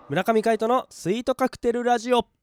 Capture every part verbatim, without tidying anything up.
村上海人のスイートカクテルラジオ。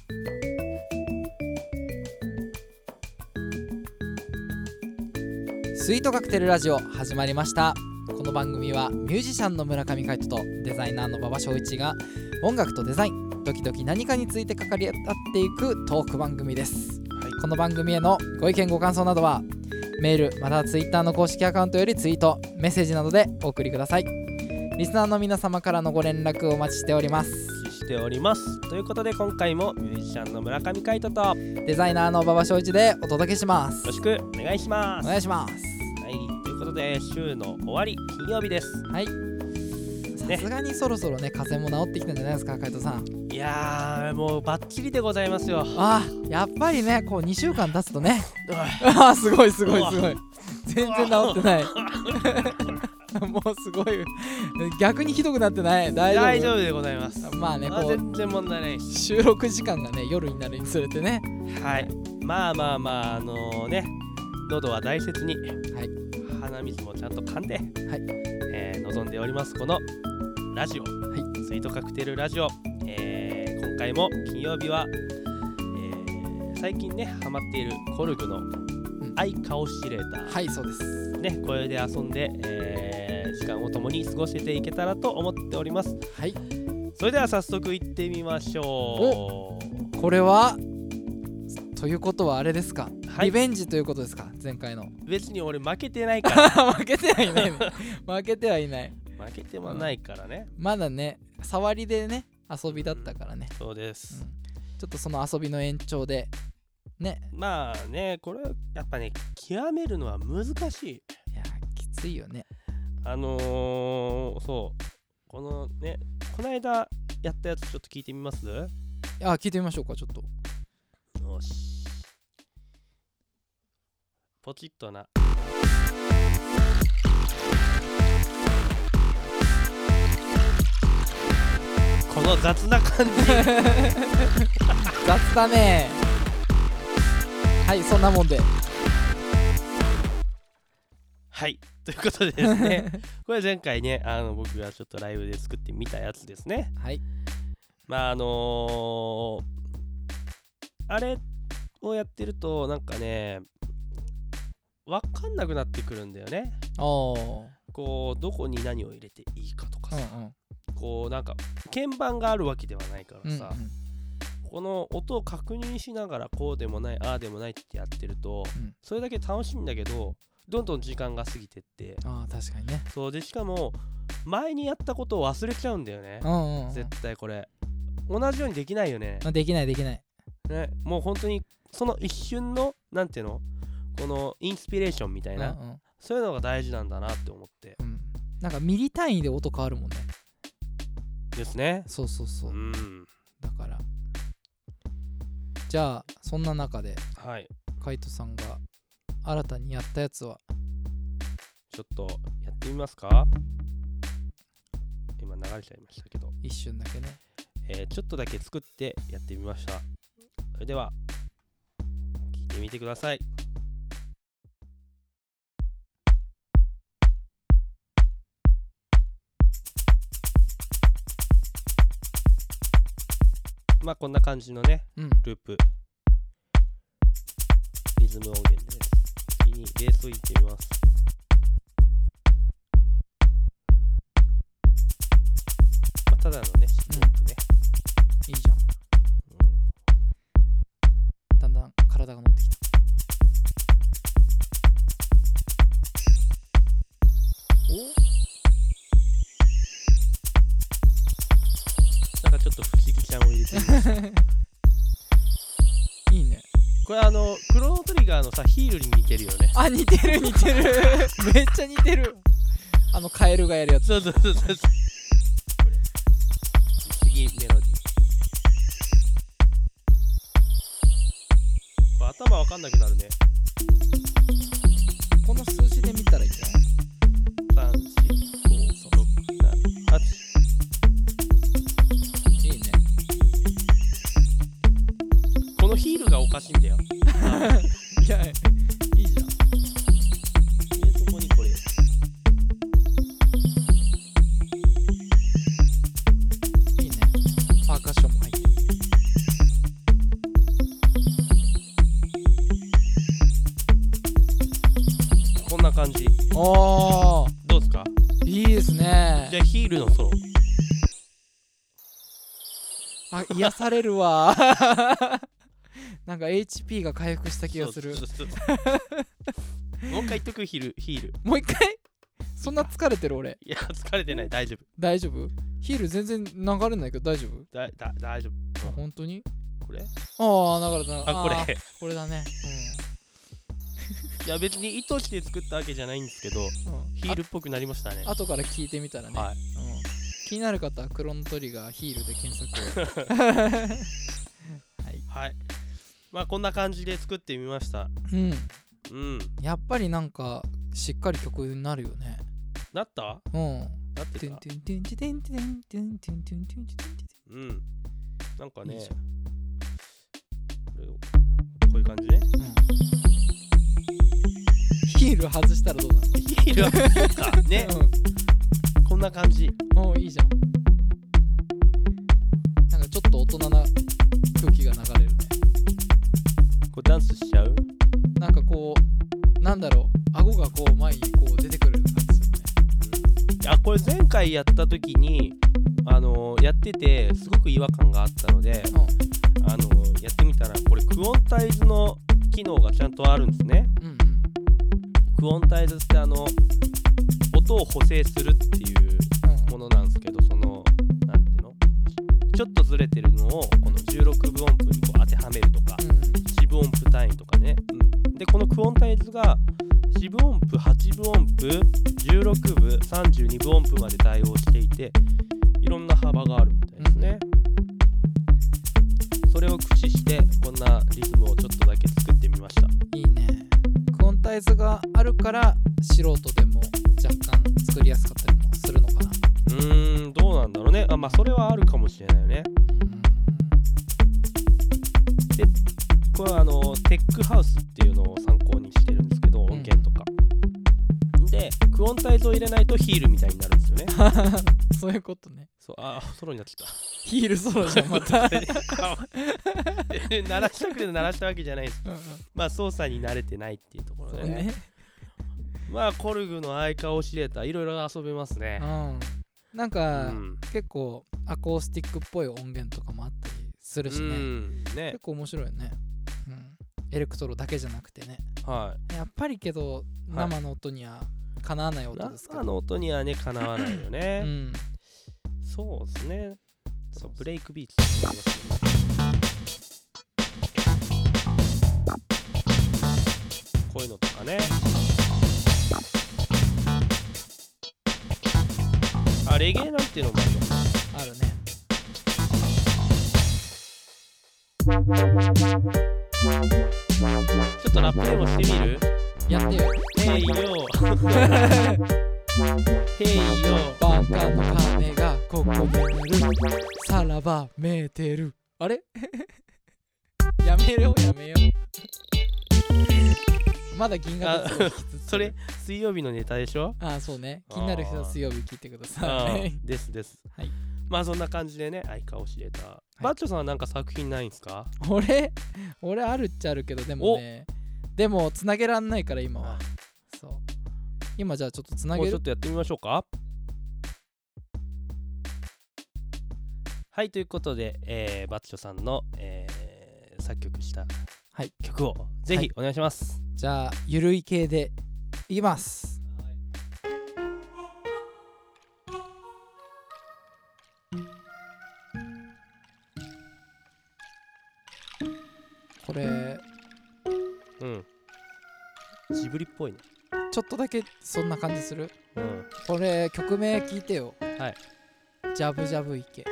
スイートカクテルラジオ始まりました。この番組はミュージシャンの村上海人とデザイナーの馬場翔一が音楽とデザイン、時々何かについて語り合っていくトーク番組です、はい、この番組へのご意見ご感想などはメールまたはツイッターの公式アカウントよりツイート、メッセージなどでお送りください。リスナーの皆様からのご連絡をお待ちしておりますしておりますということで、今回もミュージシャンの村上海人とデザイナーの馬場翔一でお届けします。 よろしくお願いします。 お願いします。 はい、ということで週の終わり金曜日です。 はい、さすがにそろそろね風邪も治ってきたんじゃないですか海人さん。 いやーもうバッチリでございますよ。 あーやっぱりねこうにしゅうかん経つとねあーすごいすごいすごい全然治ってないもうすごい逆にひどくなってない？大丈夫？ 大丈夫でございます。 まあねこう全然問題ないし、 収録時間がね夜になるにつれてね、 はいまあまあまああのー、ね喉は大切に、 はい、 鼻水もちゃんと噛んで、はいえー、望んでおりますこのラジオ、はい、スイートカクテルラジオ、えー、今回も金曜日は、えー、最近ねハマっているコルグのアイカオシレーター、 はいそうですね、これで遊んで、えー時間を共に過ごしていけたらと思っております。 はい。 それでは早速行ってみましょう。これはということはあれですか、 はい、 リベンジということですか？前回の。 別に俺負けてないから負けてはいない、ね、負けてはいない負けてもないからね、 うん、まだね触りでね遊びだったからね、 うん、そうです、 うん、ちょっとその遊びの延長でね。 まあねこれやっぱね極めるのは難しい。 いやきついよね。 あのー、そうこのねこの間やったやつちょっと聞いてみます？ あ聞いてみましょうか。ちょっとよしポチッとな。この雑な感じ雑だね。はいそんなもんではいということでですねこれ前回ねあの僕がちょっとライブで作ってみたやつですね。 はいまああのー、あれをやってるとなんかね分かんなくなってくるんだよね。 おこうどこに何を入れていいかとかさ、 うんうん、 こうなんか鍵盤があるわけではないからさ、 うんうん、 この音を確認しながらこうでもないああでもないってやってると、うん、それだけ楽しいんだけどどんどん時間が過ぎてって、 あ確かにね。 そうでしかも前にやったことを忘れちゃうんだよね、 うんうんうん、 絶対これ同じようにできないよね。 できないできない、 ね、もう本当にその一瞬のなんていうのこのインスピレーションみたいな、うんうん、そういうのが大事なんだなって思って、 うん、なんかミリ単位で音変わるもんね。 ですね。 そうそうそう、 うん、 だからじゃあそんな中で、 はい、 海人さんが新たにやったやつはちょっとやってみますか。今流れちゃいましたけど一瞬だけね、 えー、ちょっとだけ作ってやってみました。それでは聞いてみてください。まあこんな感じのね、うん、ループリズム音源です。次にベースをいってみます。まあ、ただのねループね、 うん、いいじゃん、うん、だんだん体が乗ってきた。 おなんかちょっと不思議ちゃんを入れてみましたいいね。 これあのクロノトリガーのさヒールに似てるよね。 あ似てる似てるめっちゃ似てる。あのカエルがやるやつ。 そうそうそうそう。これ次メロディー。これ頭わかんなくなるね。 この数字で見たらいいんじゃない？ さん、よん、ご、ろく、なな、はち。 いいね。 このヒールがおかしいんだよ。 いやいいじゃん。 でそこにこれ。 いいね。 な感じ。 おー、 どうですか？ いいですね。 じゃあヒールのソロ。 あ、癒されるわなんか エイチピー が回復した気がする。 そうそうそうもう一回言っとく。ヒールヒールもう一回そんな疲れてる俺。 いや疲れてない、大丈夫大丈夫？ヒール全然流れないけど大丈夫？ だだ大丈夫。 あ、本当に？ これああ、流れた。 あこれあこれだね。 いや別に意図して作ったわけじゃないんですけど、 うん、うん、 ヒールっぽくなりましたね。 あ後から聞いてみたらね、 はい、 うん、気になる方はクロノトリガーヒールで検索をはい、 はい、まあこんな感じで作ってみました。 うんうん、 やっぱりなんかしっかり曲になるよね。 なった？ うんなってた。うん、なんかね、 いいじゃん。 これをこういう感じね。 うん、ヒール外したらどうなの？ ヒールはそうかね、うん、こんな感じ。 おー、いいじゃん。なんかちょっと大人な空気が流れるね。 これダンスしちゃう？ なんかこうなんだろう、顎がこう前にこう出てくる感じするね。 うん、あこれ前回やった時にあのー、やっててすごく違和感があったので、 うん、 あのー、やってみたらこれクオンタイズの機能がちゃんとあるんですね。 うんうん、 クオンタイズってあの音を補正するっていうものなんですけど、そのなんていうの、ちょっとずれてるのをこのじゅうろくぶ音符にこう当てはめるとか、 うん、 四分音符単位とかね、うん、でこのクオンタイズが四分音符、八分音符、じゅうろくぶ、さんじゅうにぶ音符まで対応していて、いろんな幅があるみたいですね。それを駆使してこんなリズムをちょっとだけ作ってみました。 いいね。クオンタイズがあるから素人でも若干作りやすかったりもするのかな。 うーん、どうなんだろうね。あ、まあそれはあるかもしれないよね。で、これはあのテックハウスっていうのを参考にしてるんですけど、音源とか、うん、でクオンタイズを入れないとヒールみたいになるんですよねそういうことね。 そう、あ、ソロになっちゃった。 ヒールソロじゃんまた鳴らしたくて鳴らしたわけじゃないです、うんうん、まあ操作に慣れてないっていうところで ね, ねまあコルグのアイカオシレーターいろいろ遊べますね。 うん、なんか、うん、結構アコースティックっぽい音源とかもあったりするし ね,、うん、ね結構面白いよね、うん、エレクトロだけじゃなくてね、はい、やっぱりけど生の音にはかなわない音ですけど、 生の音にはねかなわないよね、うん、そうですね。そう、ブレイクビーツって言いますね。こういうのとかね。あ、レゲエなんていうのもあるよ。 あるね。 ちょっとラップでもしてみる？ やってよ。 ヘイヨーヘイヨーバカの鐘がここで鳴る、さらばメーテル。あれやめようやめようまだ銀河鉄道聞きつつそれ水曜日のネタでしょ。 ああそうね、気になる人は水曜日聞いてくださいですです、はい、まあそんな感じでね、アイカオシレーター、はい、バッチョさんはなんか作品ないんすか？ 俺俺あるっちゃあるけど、でもねでもつなげらんないから今は。そう今じゃあちょっとつなげる、 ちょっとやってみましょうか。はい、ということで、えー、バッチョさんの、えー、作曲した曲をぜひお願いします、 はい、じゃあゆるい系でいきます。これうんジブリっぽいね。 ちょっとだけそんな感じする、 うん、 これ曲名聞いてよ。 はい、 ジャブジャブ池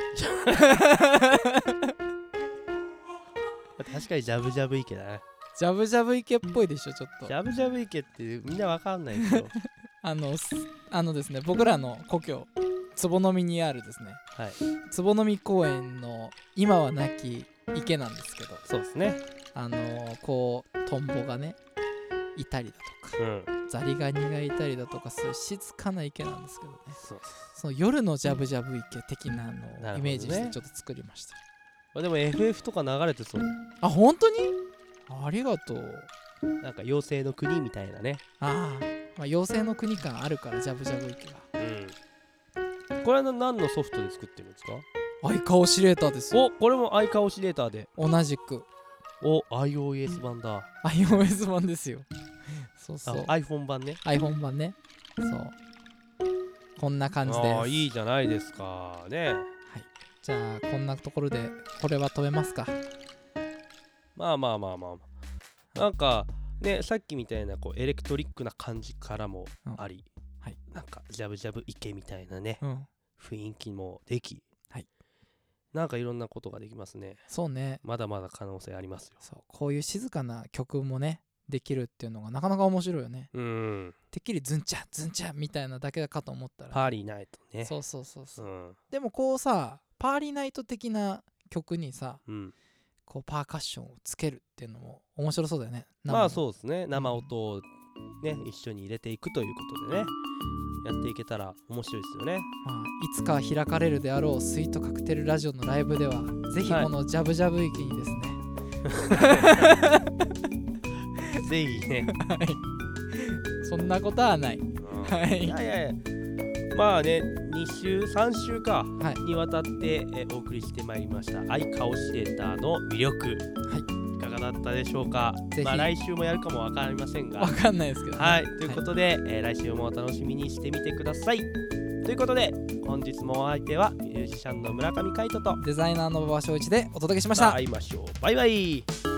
確かにジャブジャブ池だね。 ジャブジャブ池っぽいでしょ。ちょっとジャブジャブ池ってみんなわかんないけどあのあのですね、僕らの故郷坪野見にあるですね、はい、坪野見公園の今はなき池なんですけど、 そうですね、 あのー、こうトンボがねいたりだとか、うん、ザリガニがいたりだとか、そういう静かな池なんですけどね、そうその夜のジャブジャブ池的なのをイメージしてちょっと作りました、 ね、でも エフエフ とか流れてそう。 あ、本当にありがとう。 なんか妖精の国みたいなね。 ああまあ、妖精の国感あるからジャブジャブ池が。 うん。これは何のソフトで作ってるんですか？ アイカオシレーターですよ。 お、これもアイカオシレーターで。 同じく。 お、iOS 版だ。 iOS 版ですよ。そうそう。 iPhone 版ね。 iPhone 版ね。そう。こんな感じです。 ああ、いいじゃないですかね。はい。 じゃあこんなところでこれは止めますか。 まあまあまあまあ。なんかね、さっきみたいなこうエレクトリックな感じからもあり、 うん、はい、 なんかジャブジャブ池みたいなね、 うん、 雰囲気もでき、はい、なんかいろんなことができますね。 そうね。 まだまだ可能性ありますよ。 そう、こういう静かな曲もねできるっていうのがなかなか面白いよね。 うん。 てっきりズンチャズンチャみたいなだけかと思ったら、 パーリーナイトね。 そうそうそうそう、うん、でもこうさパーリーナイト的な曲にさ、うん、こうパーカッションをつけるっていうのも面白そうだよね。 まあそうですね。生音をね、一緒に入れていくということでね、やっていけたら面白いですよね。 まあ、いつか開かれるであろうスイートカクテルラジオのライブではぜひこのジャブジャブ域にですね、 はい、ぜひね、 はい、そんなことはない、はい、 いやいやいや、まあね、に週さん週か、はい、にわたってえお送りしてまいりましたアイカオシレーターの魅力、はい、いかがだったでしょうか。まあ来週もやるかもわかりませんが、 わかんないですけどね。 はい、ということで、はい、えー、来週もお楽しみにしてみてください。ということで本日もお相手はミュージシャンの村上海人とデザイナーの馬場翔一でお届けしました。 会いましょう。バイバイ。